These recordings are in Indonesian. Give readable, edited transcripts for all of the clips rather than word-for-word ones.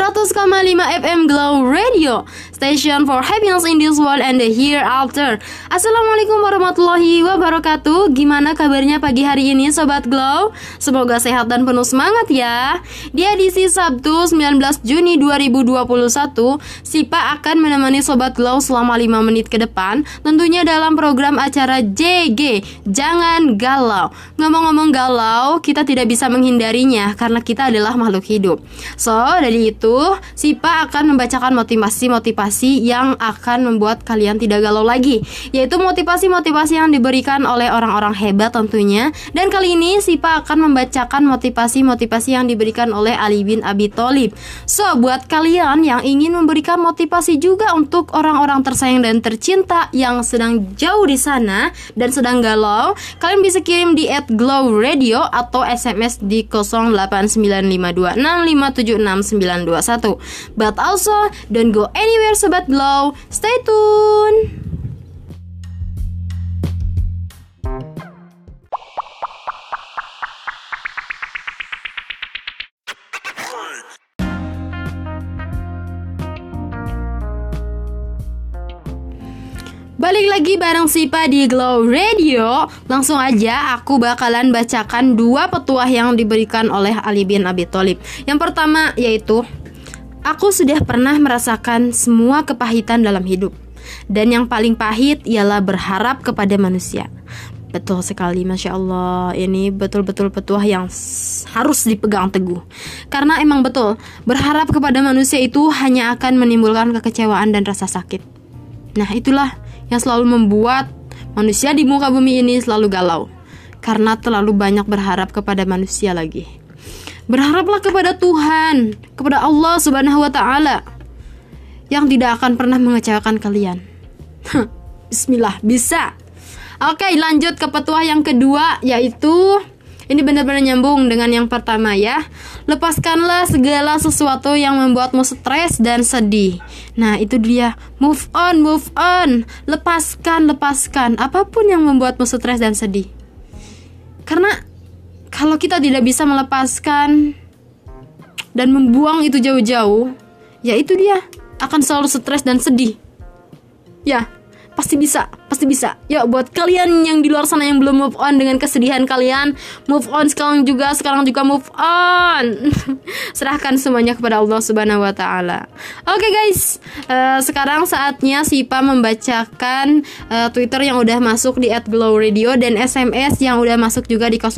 100,5 FM Glow Radio, station for happiness in this world and the hereafter. Assalamualaikum warahmatullahi wabarakatuh. Gimana kabarnya pagi hari ini Sobat Glow? Semoga sehat dan penuh semangat ya. Di edisi Sabtu 19 Juni 2021, Sipa akan menemani Sobat Glow selama 5 menit ke depan, tentunya dalam program acara JG, Jangan Galau. Ngomong-ngomong galau, kita tidak bisa menghindarinya karena kita adalah makhluk hidup. So, dari itu, Sipa akan membacakan motivasi-motivasi yang akan membuat kalian tidak galau lagi, yaitu motivasi-motivasi yang diberikan oleh orang-orang hebat tentunya. Dan kali ini Sipa akan membacakan motivasi-motivasi yang diberikan oleh Ali bin Abi Thalib. So, buat kalian yang ingin memberikan motivasi juga untuk orang-orang tersayang dan tercinta yang sedang jauh di sana dan sedang galau, kalian bisa kirim di @glowradio atau SMS di 089526576921. But also, don't go anywhere Sobat Glow. Stay tune. Balik lagi bareng Sipa di Glow Radio. Langsung aja aku bakalan bacakan 2 petuah yang diberikan oleh Ali bin Abi Thalib. Yang pertama yaitu, aku sudah pernah merasakan semua kepahitan dalam hidup, dan yang paling pahit ialah berharap kepada manusia. Betul sekali, Masya Allah. Ini betul-betul petuah yang harus dipegang teguh. Karena emang betul, berharap kepada manusia itu hanya akan menimbulkan kekecewaan dan rasa sakit. Nah, itulah yang selalu membuat manusia di muka bumi ini selalu galau, karena terlalu banyak berharap kepada manusia lagi. Berharaplah kepada Tuhan, kepada Allah Subhanahu wa Ta'ala, yang tidak akan pernah mengecewakan kalian. Bismillah, bisa. Oke, lanjut ke petuah yang kedua, yaitu ini benar-benar nyambung dengan yang pertama ya. Lepaskanlah segala sesuatu yang membuatmu stres dan sedih. Nah, itu dia. Move on, move on. Lepaskan apapun yang membuatmu stres dan sedih. Karena kalau kita tidak bisa melepaskan dan membuang itu jauh-jauh, ya itu dia akan selalu stres dan sedih. Ya, pasti bisa. Yuk, buat kalian yang di luar sana yang belum move on dengan kesedihan kalian, move on sekarang juga move on. Serahkan semuanya kepada Allah Subhanahu wa Ta'ala. Oke guys, sekarang saatnya Sipa membacakan Twitter yang udah masuk di @glowradio dan SMS yang udah masuk juga di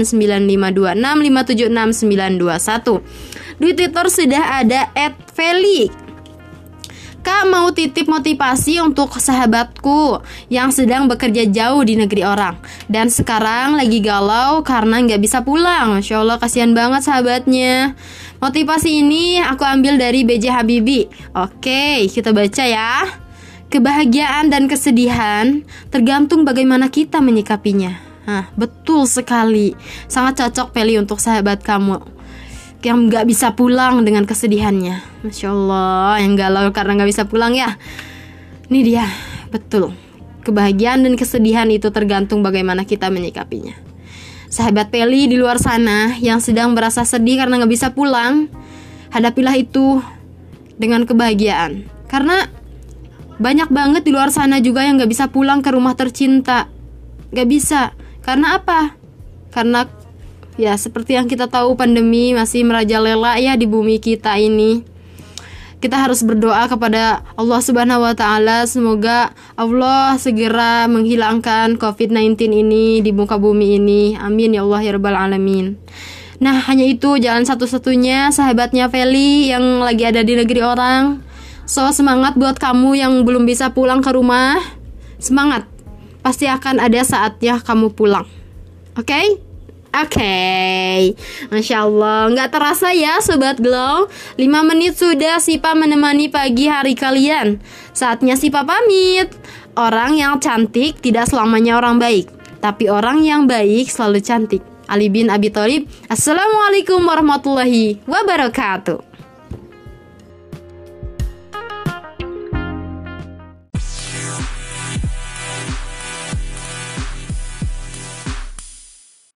089526576921. Di Twitter sudah ada @feli. Kak, mau titip motivasi untuk sahabatku yang sedang bekerja jauh di negeri orang dan sekarang lagi galau karena gak bisa pulang. Masya Allah, kasihan banget sahabatnya. Motivasi ini aku ambil dari B.J. Habibie. Oke, kita baca ya. Kebahagiaan dan kesedihan tergantung bagaimana kita menyikapinya. Nah, betul sekali. Sangat cocok Peli untuk sahabat kamu yang gak bisa pulang dengan kesedihannya. Masya Allah, yang galau karena gak bisa pulang ya. Ini dia, betul. Kebahagiaan dan kesedihan itu tergantung bagaimana kita menyikapinya. Sahabat Peli di luar sana yang sedang merasa sedih karena gak bisa pulang, hadapilah itu dengan kebahagiaan. Karena banyak banget di luar sana juga yang gak bisa pulang ke rumah tercinta. Gak bisa. Karena apa? Karena ya, seperti yang kita tahu, pandemi masih merajalela ya di bumi kita ini. Kita harus berdoa kepada Allah Subhanahu wa Ta'ala, semoga Allah segera menghilangkan COVID-19 ini di muka bumi ini. Amin ya Allah ya Rabbal Alamin. Nah, hanya itu jalan satu-satunya sahabatnya Feli yang lagi ada di negeri orang. So, semangat buat kamu yang belum bisa pulang ke rumah. Semangat, pasti akan ada saatnya kamu pulang. Oke? Oke, Masya Allah, gak terasa ya Sobat Glow, 5 menit sudah Sipa menemani pagi hari kalian. Saatnya Sipa pamit. Orang yang cantik tidak selamanya orang baik, tapi orang yang baik selalu cantik. Ali bin Abi Thalib. Assalamualaikum warahmatullahi wabarakatuh.